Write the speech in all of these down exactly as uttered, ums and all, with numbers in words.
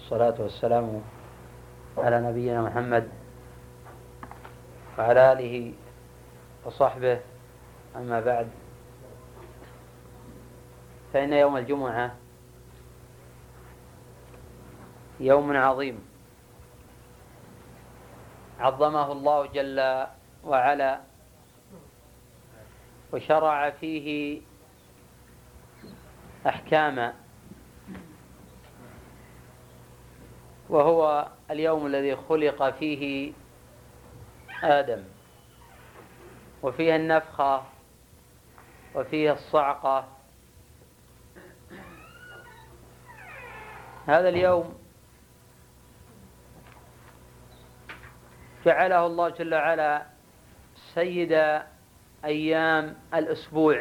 والصلاة والسلام على نبينا محمد وعلى آله وصحبه. أما بعد، فإن يوم الجمعة يوم عظيم عظمه الله جل وعلا، وشرع فيه أحكاما، وهو اليوم الذي خلق فيه آدم، وفيه النفخة وفيه الصعقة. هذا اليوم جعله الله جل وعلا سيد أيام الأسبوع،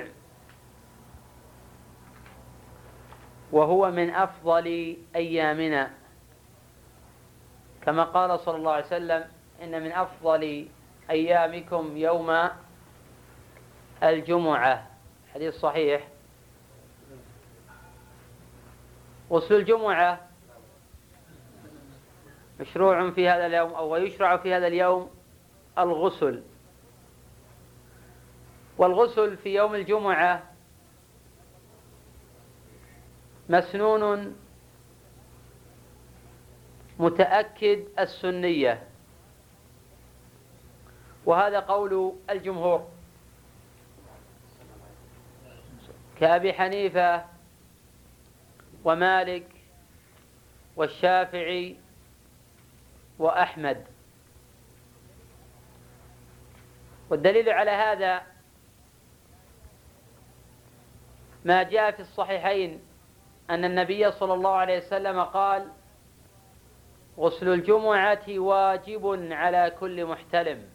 وهو من أفضل أيامنا، كما قال صلى الله عليه وسلم: إن من أفضل أيامكم يوم الجمعة. حديث صحيح. غسل الجمعة مشروع في هذا اليوم، أو يشرع في هذا اليوم الغسل. والغسل في يوم الجمعة مسنون متأكد السنية، وهذا قول الجمهور كأبي حنيفة ومالك والشافعي وأحمد. والدليل على هذا ما جاء في الصحيحين أن النبي صلى الله عليه وسلم قال: غسل الجمعة واجب على كل محتلم.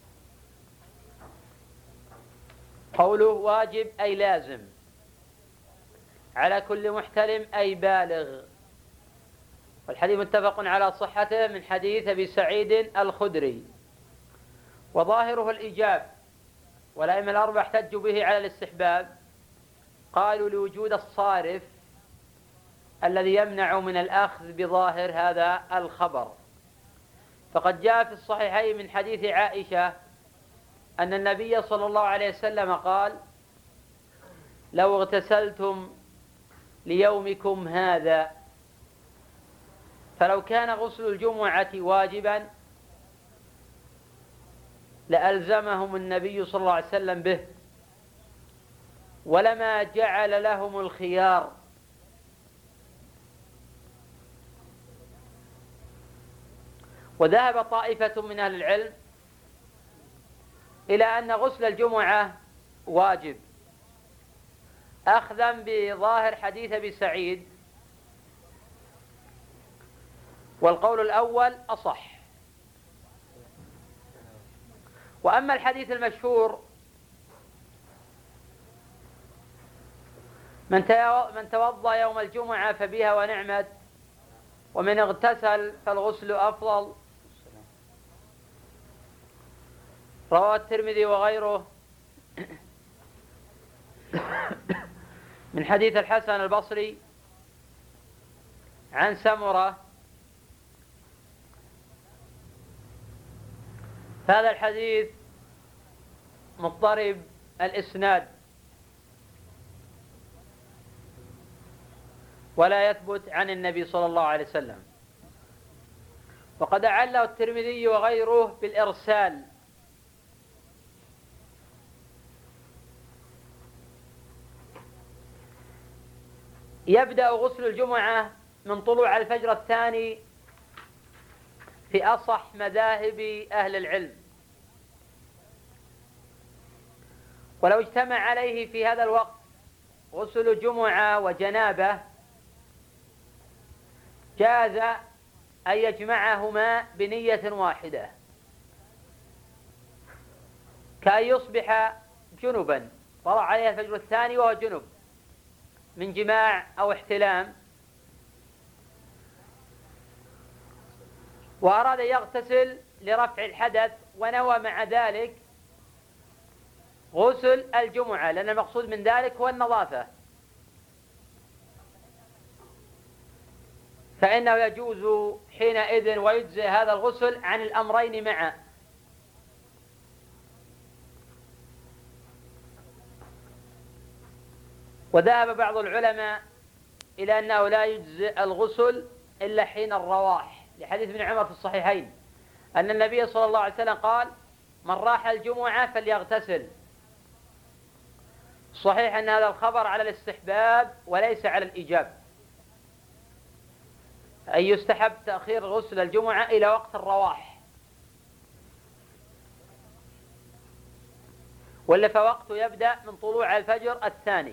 قوله واجب أي لازم، على كل محتلم أي بالغ. والحديث متفق على صحته من حديث أبي سعيد الخدري، وظاهره الإيجاب، والأئمة الأربعة احتجوا به على الاستحباب، قالوا لوجود الصارف الذي يمنع من الأخذ بظاهر هذا الخبر. فقد جاء في الصحيحين من حديث عائشة أن النبي صلى الله عليه وسلم قال: لو اغتسلتم ليومكم هذا. فلو كان غسل الجمعة واجبا لألزمهم النبي صلى الله عليه وسلم به، ولما جعل لهم الخيار. وذهب طائفة من أهل العلم إلى أن غسل الجمعة واجب، أخذا بظاهر حديث أبي سعيد، والقول الأول أصح. وأما الحديث المشهور: من توضأ يوم الجمعة فبها ونعمت، ومن اغتسل فالغسل أفضل، رواه الترمذي وغيره من حديث الحسن البصري عن سمرة. هذا الحديث مضطرب الإسناد، ولا يثبت عن النبي صلى الله عليه وسلم، وقد أعله الترمذي وغيره بالإرسال. يبدأ غسل الجمعة من طلوع الفجر الثاني في أصح مذاهب أهل العلم، ولو اجتمع عليه في هذا الوقت غسل الجمعة وجنابه جاز أن يجمعهما بنية واحدة، كأن يصبح جنبا، طلع عليه الفجر الثاني وهو جنب من جماع أو احتلام، وأراد يغتسل لرفع الحدث، ونوى مع ذلك غسل الجمعة، لأن المقصود من ذلك هو النظافة. فإنه يجوز حينئذ ويجزئ هذا الغسل عن الأمرين معا. وذهب بعض العلماء إلى أنه لا يجزئ الغسل إلا حين الرواح، لحديث ابن عمر في الصحيحين أن النبي صلى الله عليه وسلم قال: من راح الجمعة فليغتسل. صحيح أن هذا الخبر على الاستحباب وليس على الإيجاب، أي يستحب تأخير غسل الجمعة إلى وقت الرواح، ولا فوقته يبدأ من طلوع الفجر الثاني.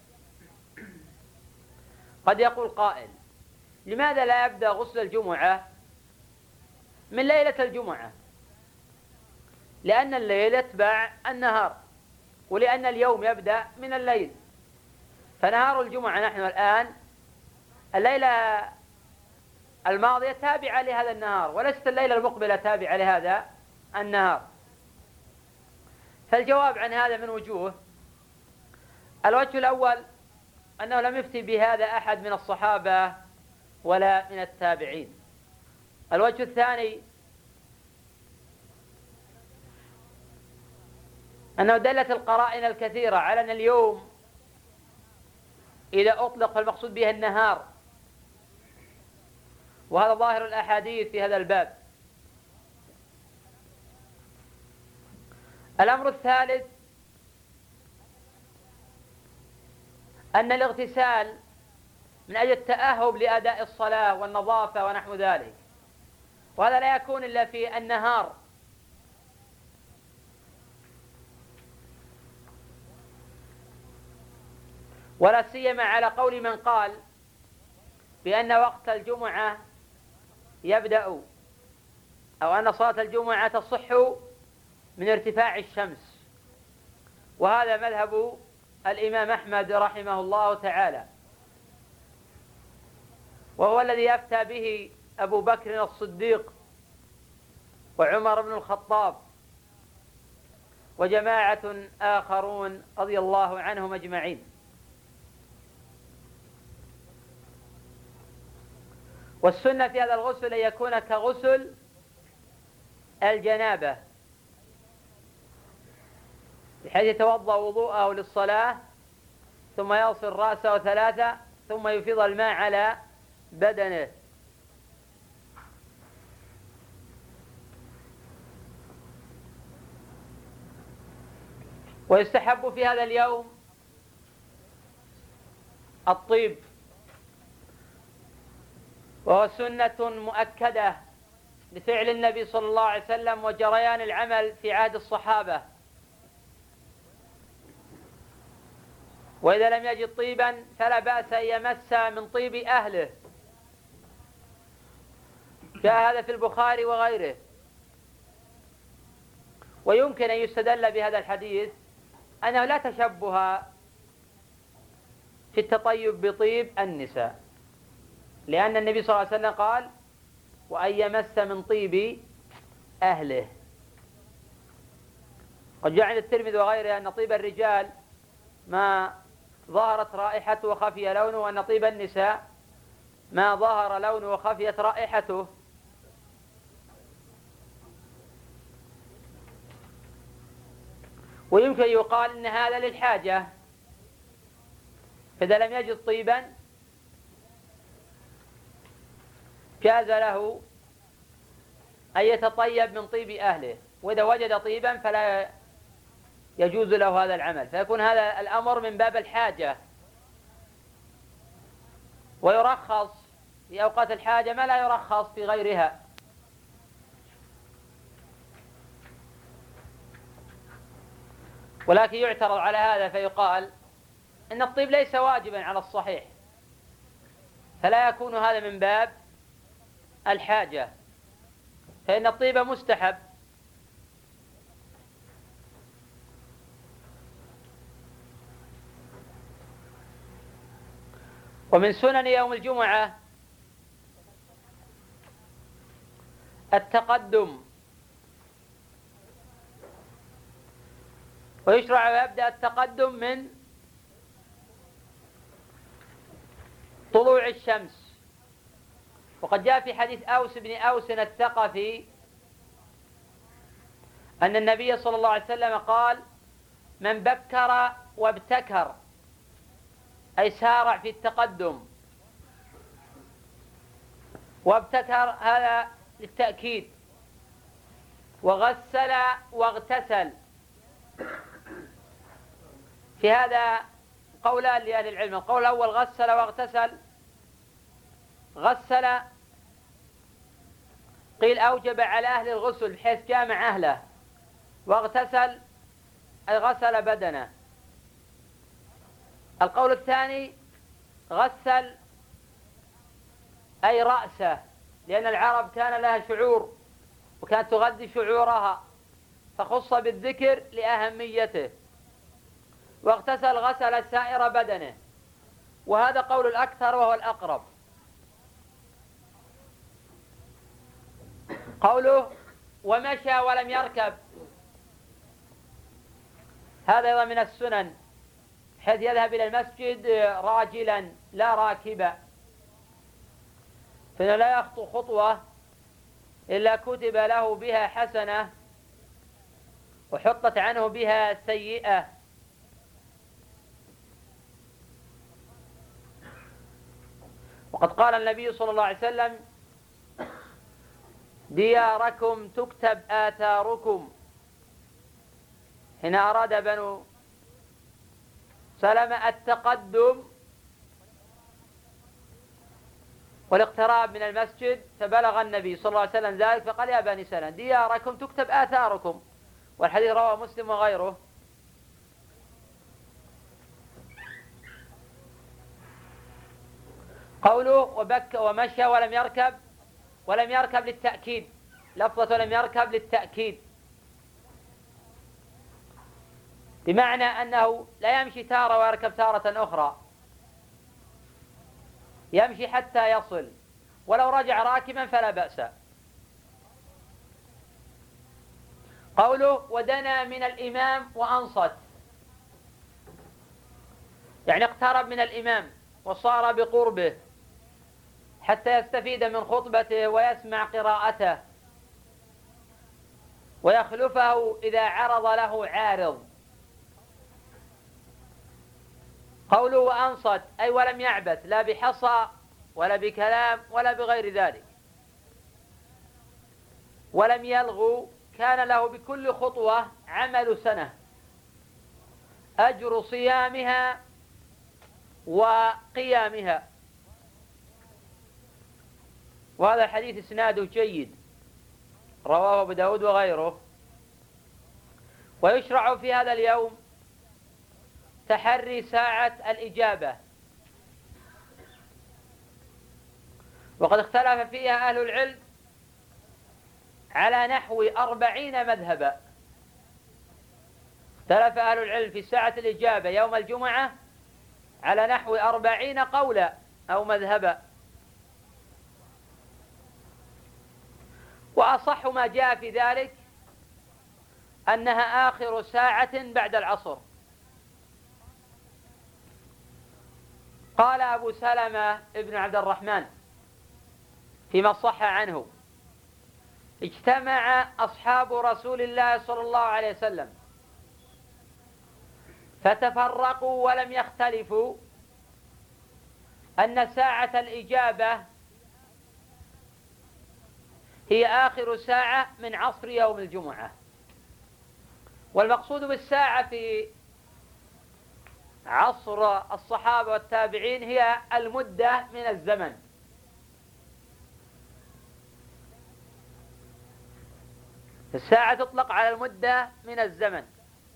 قد يقول قائل: لماذا لا يبدأ غسل الجمعة من ليلة الجمعة؟ لأن الليل يتبع النهار، ولأن اليوم يبدأ من الليل، فنهار الجمعة نحن الآن الليلة الماضية تابعة لهذا النهار، وليست الليلة المقبلة تابعة لهذا النهار. فالجواب عن هذا من وجوه: الوجه الأول أنه لم يفتي بهذا أحد من الصحابة ولا من التابعين. الوجه الثاني أنه دلت القرائن الكثيرة على أن اليوم إذا أطلق فالمقصود به النهار، وهذا ظاهر الأحاديث في هذا الباب. الأمر الثالث أن الاغتسال من أجل التأهب لأداء الصلاة والنظافة ونحو ذلك، وهذا لا يكون إلا في النهار. ولا سيما على قول من قال بأن وقت الجمعة يبدأ أو أن صلاة الجمعة تصح من ارتفاع الشمس، وهذا مذهب الإمام أحمد رحمه الله تعالى، وهو الذي أفتى به أبو بكر الصديق وعمر بن الخطاب وجماعة آخرون رضي الله عنهم أجمعين. والسنة في هذا الغسل أن يكون كغسل الجنابة، بحيث يتوضأ وضوءه للصلاة ثم يغسل رأسه ثلاثة ثم يفيض الماء على بدنه. ويستحب في هذا اليوم الطيب، وهو سنة مؤكدة لفعل النبي صلى الله عليه وسلم وجريان العمل في عهد الصحابة. وإذا لم يجد طيبا فلا بأس أن يمس من طيب أهله، جاء هذا في البخاري وغيره. ويمكن أن يستدل بهذا الحديث أنه لا تشبه في التطيب بطيب النساء، لأن النبي صلى الله عليه وسلم قال: وأن يمس من طيب أهله. قد جاء عند الترمذي وغيره أن طيب الرجال ما ظهرت رائحته وخفي لونه، وأن طيب النساء ما ظهر لونه وخفيت رائحته. ويمكن يقال إن هذا للحاجة، فإذا لم يجد طيبا جاز له أن يتطيب من طيب أهله، وإذا وجد طيبا فلا يجوز له هذا العمل، فيكون هذا الأمر من باب الحاجة. ويرخص في أوقات الحاجة ما لا يرخص في غيرها. ولكن يعترض على هذا فيقال إن الطيب ليس واجبا على الصحيح، فلا يكون هذا من باب الحاجة، فإن الطيب مستحب. ومن سنن يوم الجمعة التقدم، ويشرع ويبدأ التقدم من طلوع الشمس وقد جاء في حديث أوس بن أوس الثقفي أن النبي صلى الله عليه وسلم قال: من بكر وابتكر، أي سارع في التقدم، وابتكر هذا للتأكيد، وغسل واغتسل. في هذا قولان لأهل العلم: القول الأول غسل واغتسل، غسل قيل أوجب على أهل الغسل بحيث جامع أهله، واغتسل أي غسل بدنه. القول الثاني غسل أي رأسه، لأن العرب كان لها شعور وكانت تغذي شعورها فخص بالذكر لأهميته، واغتسل غسل سائر بدنه، وهذا قول الأكثر وهو الأقرب. قوله ومشى ولم يركب، هذا أيضا من السنن، حيث يذهب إلى المسجد راجلا لا راكبا، فإنه لا يخطو خطوة إلا كتب له بها حسنة وحطت عنه بها سيئة. وقد قال النبي صلى الله عليه وسلم: دياركم تكتب آثاركم، هنا أراد بنو سلمة التقدم والاقتراب من المسجد، فبلغ النبي صلى الله عليه وسلم ذلك فقال: يا بني سلمة دياركم تكتب آثاركم. والحديث رواه مسلم وغيره. قوله وبك ومشى ولم يركب، ولم يركب للتأكيد، لفظة ولم يركب للتأكيد، بمعنى أنه لا يمشي تارة ويركب تارة أخرى، يمشي حتى يصل، ولو رجع راكبا فلا بأس. قوله ودنا من الإمام وأنصت، يعني اقترب من الإمام وصار بقربه حتى يستفيد من خطبته ويسمع قراءته ويخلفه إذا عرض له عارض. قوله وأنصت أي ولم يعبث، لا بحصى ولا بكلام ولا بغير ذلك، ولم يلغو، كان له بكل خطوة عمل سنة، أجر صيامها وقيامها. وهذا الحديث إسناده جيد، رواه أبو داود وغيره. ويشرع في هذا اليوم تحري ساعة الإجابة، وقد اختلف فيها أهل العلم على نحو أربعين مذهبا. اختلف أهل العلم في ساعة الإجابة يوم الجمعة على نحو أربعين قولا أو مذهبا، وأصح ما جاء في ذلك أنها آخر ساعة بعد العصر. قال أبو سلمة ابن عبد الرحمن فيما صح عنه: اجتمع أصحاب رسول الله صلى الله عليه وسلم فتفرقوا ولم يختلفوا أن ساعة الإجابة هي آخر ساعة من عصر يوم الجمعة. والمقصود بالساعة في عصر الصحابة والتابعين هي المدة من الزمن، الساعة تطلق على المدة من الزمن.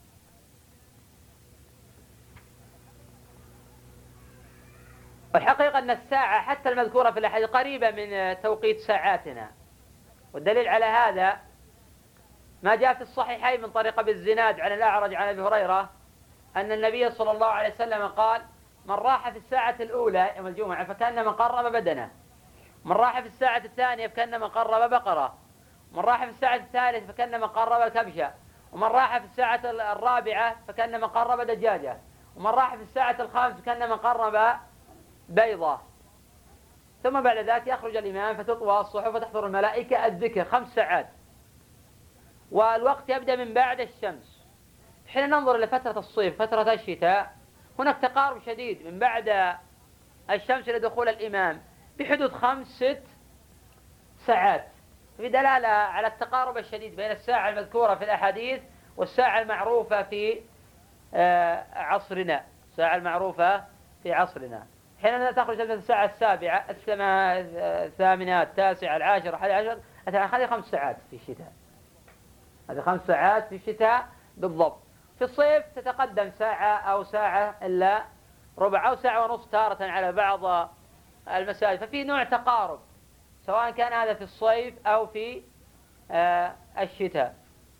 والحقيقة أن الساعة حتى المذكورة في الأحاديث قريبة من توقيت ساعاتنا، والدليل على هذا ما جاء في الصحيحين من طريق أبي الزناد عن الأعرج عن أبي هريرة أن النبي صلى الله عليه وسلم قال: من راح في الساعة الأولى يوم الجمعة فكأنما قرب بدنه، من راح في الساعة الثانية فكأنما قرب بقرة، ومن راح في الساعة الثالثة فكأنما قرب كبشة، ومن راح في الساعة الرابعة فكأنما قرب دجاجة، ومن راح في الساعة الخامسة فكأنما قرب بيضة. ثم بعد ذلك يخرج الإمام فتطوى الصحف وتحضر الملائكة الذكر خمس ساعات، والوقت يبدأ من بعد الشمس. حين ننظر إلى فترة الصيف فترة الشتاء هناك تقارب شديد من بعد الشمس لدخول الإمام بحدود خمس ست ساعات، في دلالة على التقارب الشديد بين الساعة المذكورة في الأحاديث والساعة المعروفة في عصرنا الساعة المعروفة في عصرنا. حين تخرج الساعة السابعة الثامنة التاسعة العاشرة الحادية عشر، هذه خمس ساعات في الشتاء، هذه خمس ساعات في الشتاء بالضبط. في الصيف تتقدم ساعة أو ساعة إلا ربع أو ساعة ونصف تارة على بعض المساجد، ففي نوع تقارب سواء كان هذا في الصيف أو في الشتاء.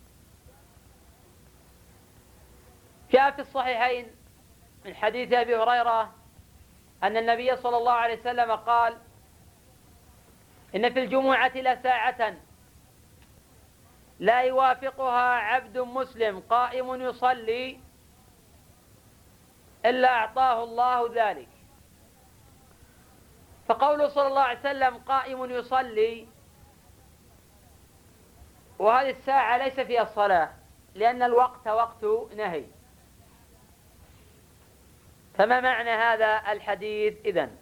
جاء في الصحيحين من حديث أبي هريرة أن النبي صلى الله عليه وسلم قال: إن في الجمعة لساعة لا يوافقها عبد مسلم قائم يصلي إلا أعطاه الله ذلك. فقوله صلى الله عليه وسلم قائم يصلي، وهذه الساعة ليس فيها الصلاة لأن الوقت وقت نهي. فما معنى هذا الحديث إذن؟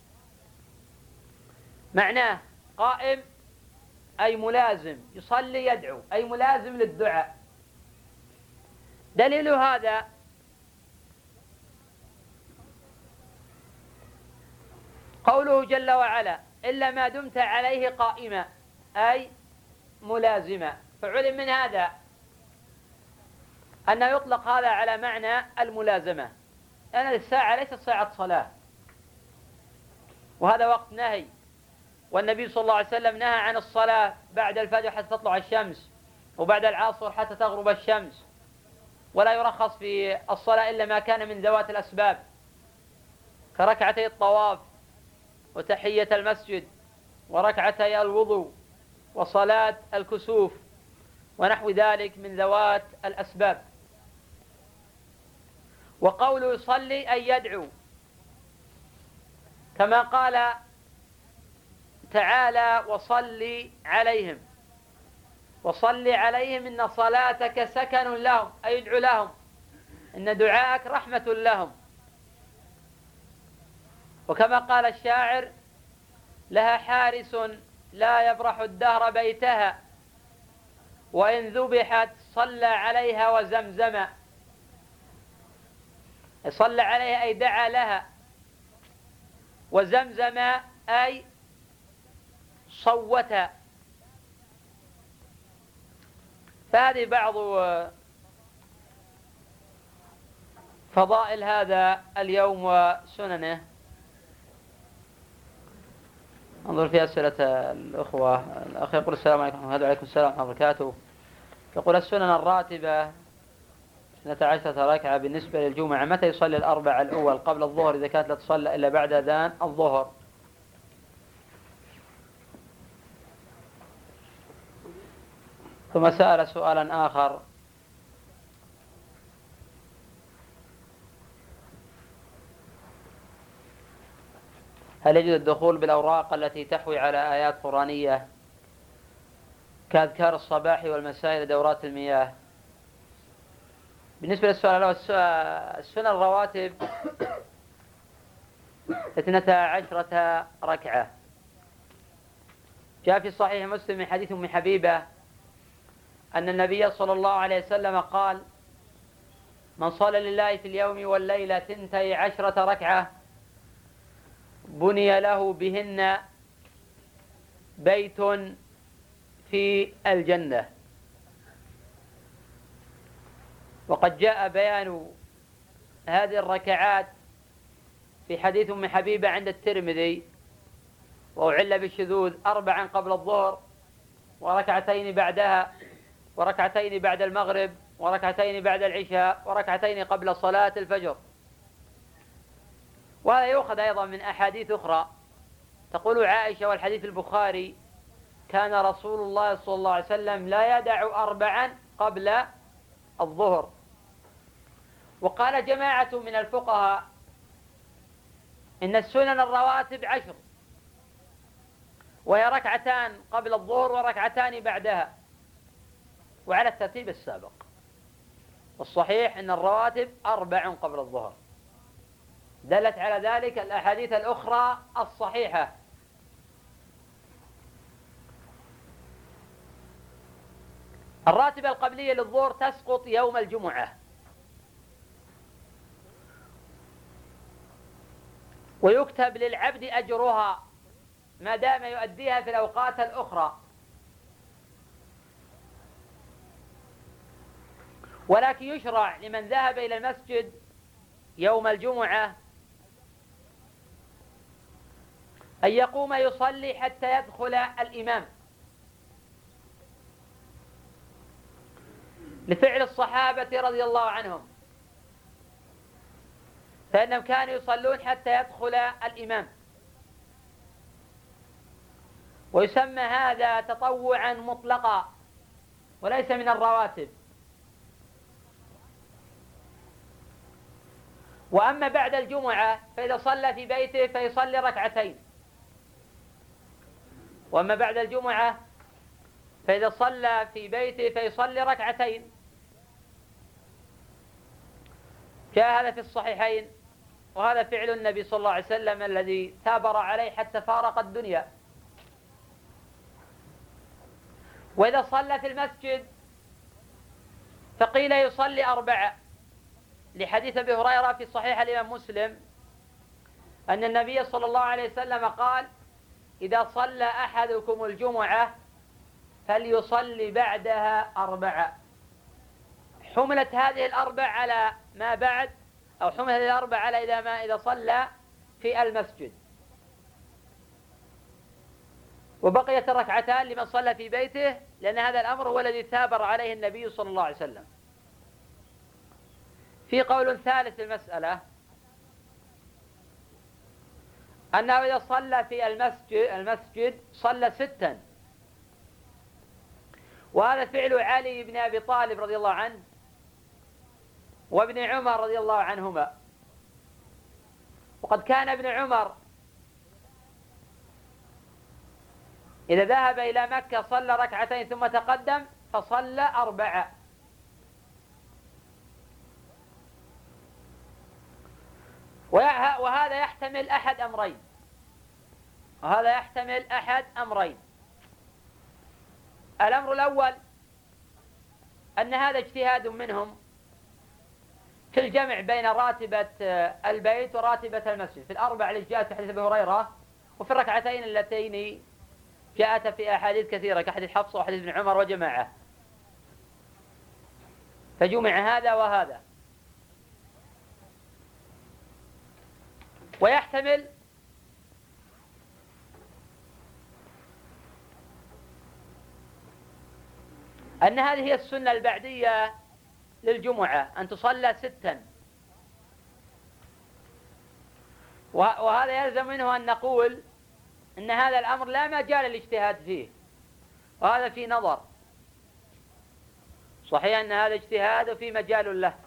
معناه قائم أي ملازم، يصلي يدعو أي ملازم للدعاء. دليل هذا قوله جل وعلا: إلا ما دمت عليه قائما أي ملازما. فعلم من هذا أن يطلق هذا على معنى الملازمة، لأن الساعة ليست ساعة صلاة وهذا وقت نهي، والنبي صلى الله عليه وسلم نهى عن الصلاة بعد الفجر حتى تطلع الشمس وبعد العصر حتى تغرب الشمس، ولا يرخص في الصلاة إلا ما كان من ذوات الأسباب كركعتي الطواف وتحية المسجد وركعتي الوضوء وصلاة الكسوف ونحو ذلك من ذوات الأسباب. وقوله يصلي أي يدعو، كما قال تعالى: وصلي عليهم، وصلي عليهم إن صلاتك سكن لهم أي ادعو لهم، إن دعاءك رحمة لهم. وكما قال الشاعر: لها حارس لا يبرح الدهر بيتها، وإن ذبحت صلى عليها وزمزم. صلى عليها أي دعا لها، وزمزم أي صوت. فهذه بعض فضائل هذا اليوم وسننه. انظر في أسئلة الأخوة. الأخ يقول: السلام عليكم ورحمة الله وعليكم السلام ورحمة الله وبركاته. يقول: السنن الراتبة اثنتا عشرة ركعة بالنسبة للجمعة، متى يصلي الأربع الأول قبل الظهر إذا كانت لا تصلى إلا بعد أذان الظهر؟ ثم سأل سؤالا آخر: هل يجوز الدخول بالأوراق التي تحوي على آيات قرآنية كأذكار الصباح والمساء لدورات المياه؟ بالنسبة للسؤال الأول، السنن الرواتب اثنتا عشرة ركعة. جاء في صحيح مسلم من حديث أم حبيبة أن النبي صلى الله عليه وسلم قال: من صلى لله في اليوم والليلة اثنتي عشرة ركعة بني له بهن بيت في الجنة. وقد جاء بيان هذه الركعات في حديث أم حبيبة عند الترمذي، وأعل بالشذوذ: أربعا قبل الظهر، وركعتين بعدها، وركعتين بعد المغرب، وركعتين بعد العشاء، وركعتين قبل صلاة الفجر. وهذا يؤخذ أيضا من أحاديث أخرى. تقول عائشة والحديث البخاري: كان رسول الله صلى الله عليه وسلم لا يدع أربعا قبل الظهر. وقال جماعة من الفقهاء إن السنن الرواتب عشر، وهي ركعتان قبل الظهر وركعتان بعدها، وعلى الترتيب السابق. والصحيح أن الرواتب أربع قبل الظهر، دلت على ذلك الأحاديث الأخرى الصحيحة. الراتبة القبلية للظهر تسقط يوم الجمعة، ويكتب للعبد أجرها ما دام يؤديها في الأوقات الأخرى، ولكن يشرع لمن ذهب إلى المسجد يوم الجمعة أن يقوم يصلي حتى يدخل الإمام، لفعل الصحابة رضي الله عنهم، فإنهم كانوا يصلون حتى يدخل الإمام، ويسمى هذا تطوعا مطلقا وليس من الرواتب. وأما بعد الجمعة فإذا صلى في بيته فيصلي ركعتين، وأما بعد الجمعة فإذا صلى في بيته فيصلي ركعتين. جاء هذا في الصحيحين، وهذا فعل النبي صلى الله عليه وسلم الذي ثابر عليه حتى فارق الدنيا. وإذا صلى في المسجد فقيل يصلي أربعة، لحديث أبي هريرة في صحيح الإمام مسلم أن النبي صلى الله عليه وسلم قال: إذا صلى أحدكم الجمعة فليصلي بعدها أربعة. حملت هذه الأربع على ما بعد، أو حملت هذه الأربع على إذا ما إذا صلى في المسجد، وبقيت الركعتان لمن صلى في بيته، لأن هذا الأمر هو الذي ثابر عليه النبي صلى الله عليه وسلم. في قول ثالث في المسألة أنه إذا صلى في المسجد المسجد صلى ستا، وهذا فعل علي بن أبي طالب رضي الله عنه وابن عمر رضي الله عنهما. وقد كان ابن عمر إذا ذهب إلى مكة صلى ركعتين ثم تقدم فصلى أربعة. وهذا يحتمل أحد أمرين وهذا يحتمل أحد أمرين الأمر الأول أن هذا اجتهاد منهم في الجمع بين راتبة البيت وراتبة المسجد في الأربع التي جاءت في حديث أبي هريرة، وفي الركعتين اللتين جاءت في أحاديث كثيرة كحديث حفصة وحديث ابن عمر وجماعة، فجمع هذا وهذا. ويحتمل أن هذه هي السنة البعدية للجمعة، أن تصلى ستا، وهذا يلزم منه أن نقول أن هذا الأمر لا مجال للاجتهاد فيه، وهذا في نظر. صحيح أن هذا اجتهاد وفي مجال له.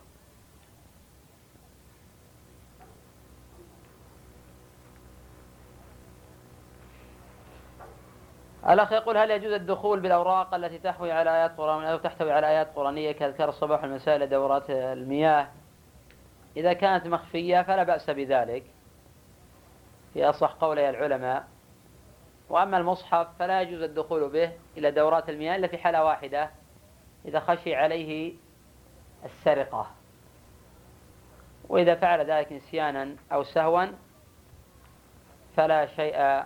الأخ يقول: هل يجوز الدخول بالأوراق التي تحوي على آيات قرآنية أو تحتوي على آيات قرآنية كأذكار الصباح والمساء لدورات المياه؟ إذا كانت مخفية فلا بأس بذلك في أصح قولي العلماء. وأما المصحف فلا يجوز الدخول به إلى دورات المياه إلا في حالة واحدة، إذا خشي عليه السرقة، وإذا فعل ذلك نسيانا أو سهوا فلا شيء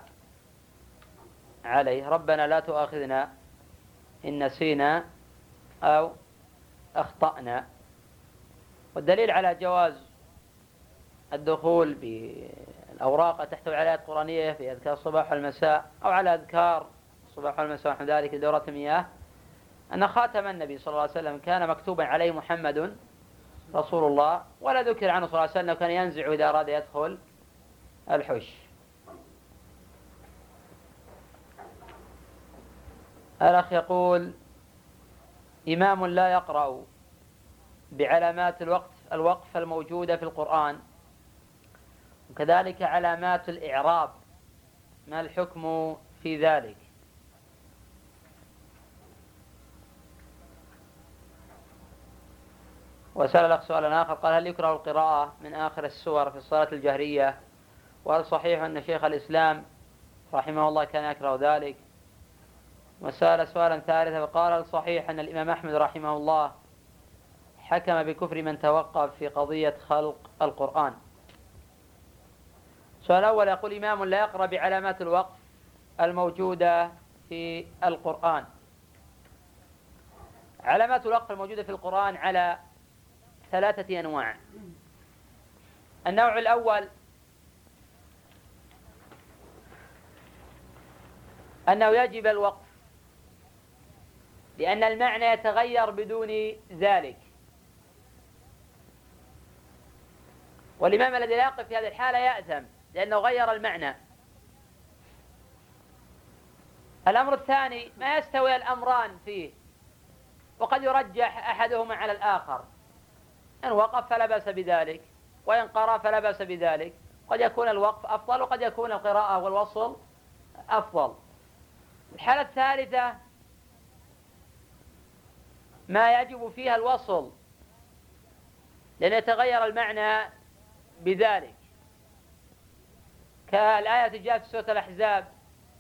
عليه. ربنا لا تؤاخذنا إن نسينا أو أخطأنا. والدليل على جواز الدخول بالأوراق تحتوي على آيات قرآنية في أذكار الصباح والمساء أو على أذكار الصباح والمساء ونحو ذلك لدورات المياه أن خاتم النبي صلى الله عليه وسلم كان مكتوبا عليه محمد رسول الله، ولا ذكر عنه صلى الله عليه وسلم كان ينزع إذا أراد يدخل الحش. الأخ يقول: إمام لا يقرأ بعلامات الوقف الوقف الموجودة في القرآن وكذلك علامات الإعراب، ما الحكم في ذلك. وسأل الأخ سؤالا آخر قال: هل يكره القراءة من آخر السور في الصلاة الجهرية؟ وهل صحيح أن شيخ الإسلام رحمه الله كان يكره ذلك؟ وسأل سؤالا ثالثا فقال: هل صحيح أن الإمام أحمد رحمه الله حكم بكفر من توقف في قضية خلق القرآن؟ السؤال الأول يقول: إمام لا يقرأ بعلامات الوقف الموجودة في القرآن. علامات الوقف الموجودة في القرآن على ثلاثة أنواع. النوع الأول أنه يجب الوقف لأن المعنى يتغير بدون ذلك، والإمام الذي لا يقف في هذه الحالة يأثم لأنه غير المعنى. الأمر الثاني ما يستوي الأمران فيه، وقد يرجح أحدهما على الآخر، إن وقف فلا بأس بذلك، وإن قرأ فلا بأس بذلك. قد يكون الوقف أفضل وقد يكون القراءة والوصل أفضل. الحالة الثالثة ما يجب فيها الوصل لأن يتغير المعنى بذلك، كالآية جاءت في سورة الأحزاب: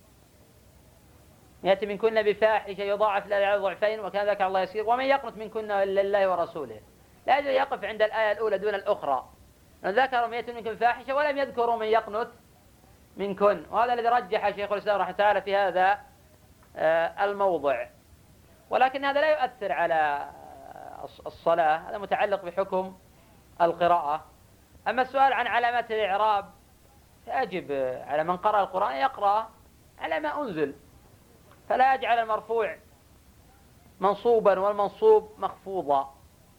يأتي منكن بفاحشة يضاعف لها ضعفين وكان ذلك على الله يسير ومن يقنت منكن إلا الله ورسوله. لا يجب يقف عند الآية الأولى دون الأخرى، ذكروا من يأتي منكن بفاحشة ولم يذكروا من يقنت منكن، وهذا الذي رجح شيخ الإسلام رحمه الله في هذا الموضع. ولكن هذا لا يؤثر على الصلاة، هذا متعلق بحكم القراءة. أما السؤال عن علامات الإعراب فيجب على من قرأ القرآن يقرأ على ما أنزل، فلا يجعل المرفوع منصوبا والمنصوب مخفوضا،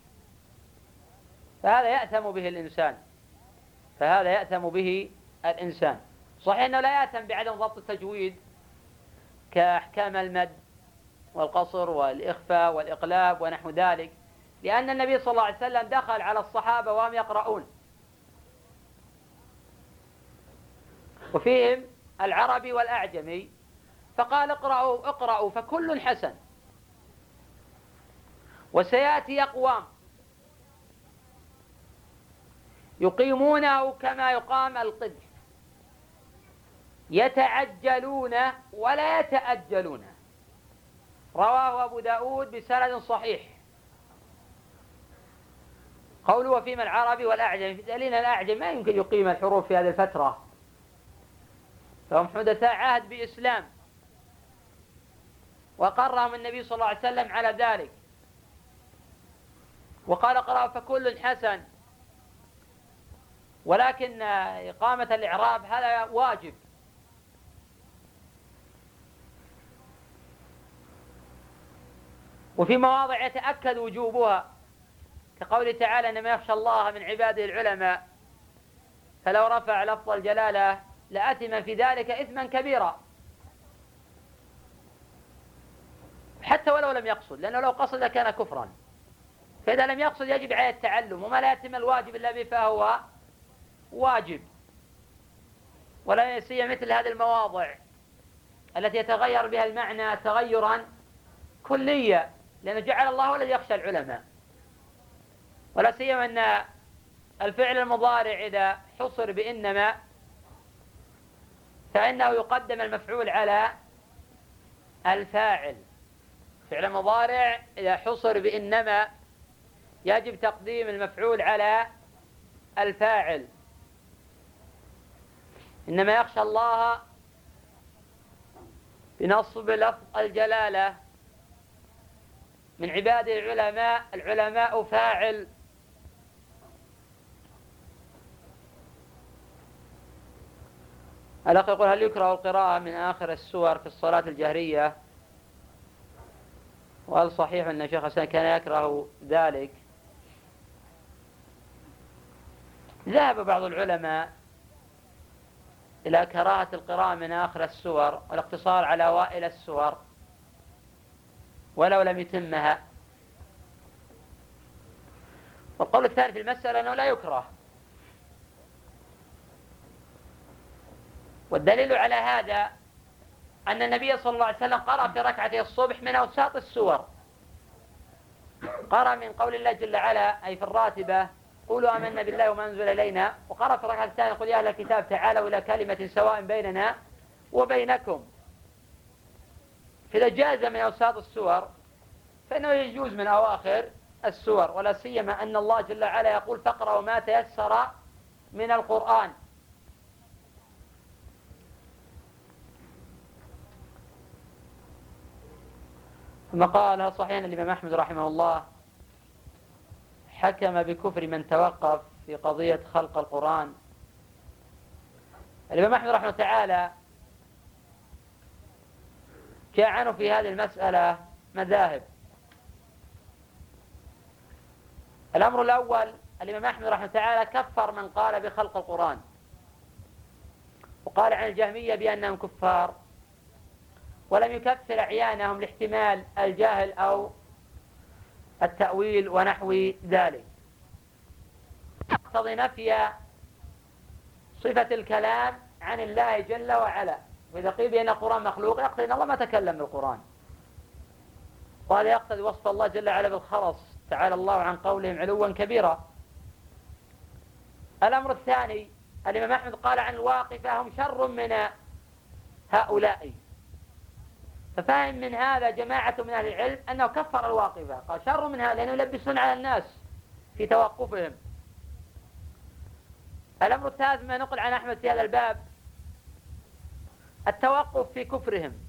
فهذا يأثم به الإنسان فهذا يأثم به الإنسان. صحيح أنه لا يأثم بعدم ضبط التجويد كأحكام المد والقصر والإخفاء والإقلاب ونحو ذلك، لأن النبي صلى الله عليه وسلم دخل على الصحابة وهم يقرؤون وفيهم العربي والأعجمي، فقال: اقرأوا اقرأوا فكل حسن. وسيأتي أقوام يقيمونه كما يقام القدح، يتعجلون ولا يتأجلون. رواه أبو داود بسند صحيح. قوله وفيما العربي والأعجم في دليل الأعجم ما يمكن يقيم الحروف في هذه الفترة، فهم حدثاء عهد بإسلام، وقرهم النبي صلى الله عليه وسلم على ذلك، وقال: اقرأوا فكل حسن. ولكن إقامة الإعراب هذا واجب، وفي مواضع يتأكد وجوبها، كقوله تعالى: إنما يخشى الله من عباده العلماء، فلو رفع لفظ الجلالة لأثم في ذلك إثما كبيرا، حتى ولو لم يقصد، لأنه لو قصد كان كفرا. فإذا لم يقصد يجب عليه التعلم، وما لا يتم الواجب إلا به فهو واجب. ولا سيما مثل هذه المواضع التي يتغير بها المعنى تغيرا كليا، لأنه جعل الله الذي يخشى العلماء. ولا سيما أن الفعل المضارع إذا حصر بإنما فإنه يقدم المفعول على الفاعل. فعل المضارع إذا حصر بإنما يجب تقديم المفعول على الفاعل. إنما يخشى الله بنصب لفظ الجلالة من عباده العلماء، العلماء فاعل. الأخ يقول: هل يكره القراءة من آخر السور في الصلاة الجهرية؟ وهل صحيح أن شيخ الإسلام كان يكره ذلك؟ ذهب بعض العلماء إلى كراهة القراءة من آخر السور والاقتصار على أوائل السور ولو لم يتمها. والقول الثاني في المسألة أنه لا يكره، والدليل على هذا أن النبي صلى الله عليه وسلم قرأ في ركعتي الصبح من أوساط السور، قرأ من قول الله جل وعلا أي في الراتبة قولوا آمنا بالله وما أنزل إلينا، وقرأ في الركعة الثانية قل يا أهل الكتاب تعالوا إلى كلمة سواء بيننا وبينكم. فإذا جاز من أوساط السور فإنه يجوز من أواخر السور، ولا سيما أن الله جل وعلا يقول فاقرأوا ما تيسر من القرآن. ثم قال صحيح الإمام أحمد رحمه الله حكم بكفر من توقف في قضية خلق القرآن. الإمام أحمد رحمه تعالى جاء عنه في هذه المسألة مذاهب. الأمر الأول الإمام أحمد رحمه تعالى كفر من قال بخلق القرآن، وقال عن الجهمية بأنهم كفار، ولم يكفر أعيانهم لاحتمال الجاهل أو التأويل ونحو ذلك. يقتضي نفي صفة الكلام عن الله جل وعلا، وإذا قيل بأن القرآن مخلوق يقتضي أن الله ما تكلم بالقرآن، وهذا يقتضي وصف الله جل وعلا بالخرص، تعالى الله عن قولهم علوا كبيرا. الأمر الثاني الإمام أحمد قال عن الواقفة هم شر من هؤلاء، ففهم من هذا جماعة من أهل العلم أنه كفر الواقفة، قال شر من هذا لأنه يلبسون على الناس في توقفهم. الأمر الثالث ما نقل عن أحمد في هذا الباب التوقف في كفرهم،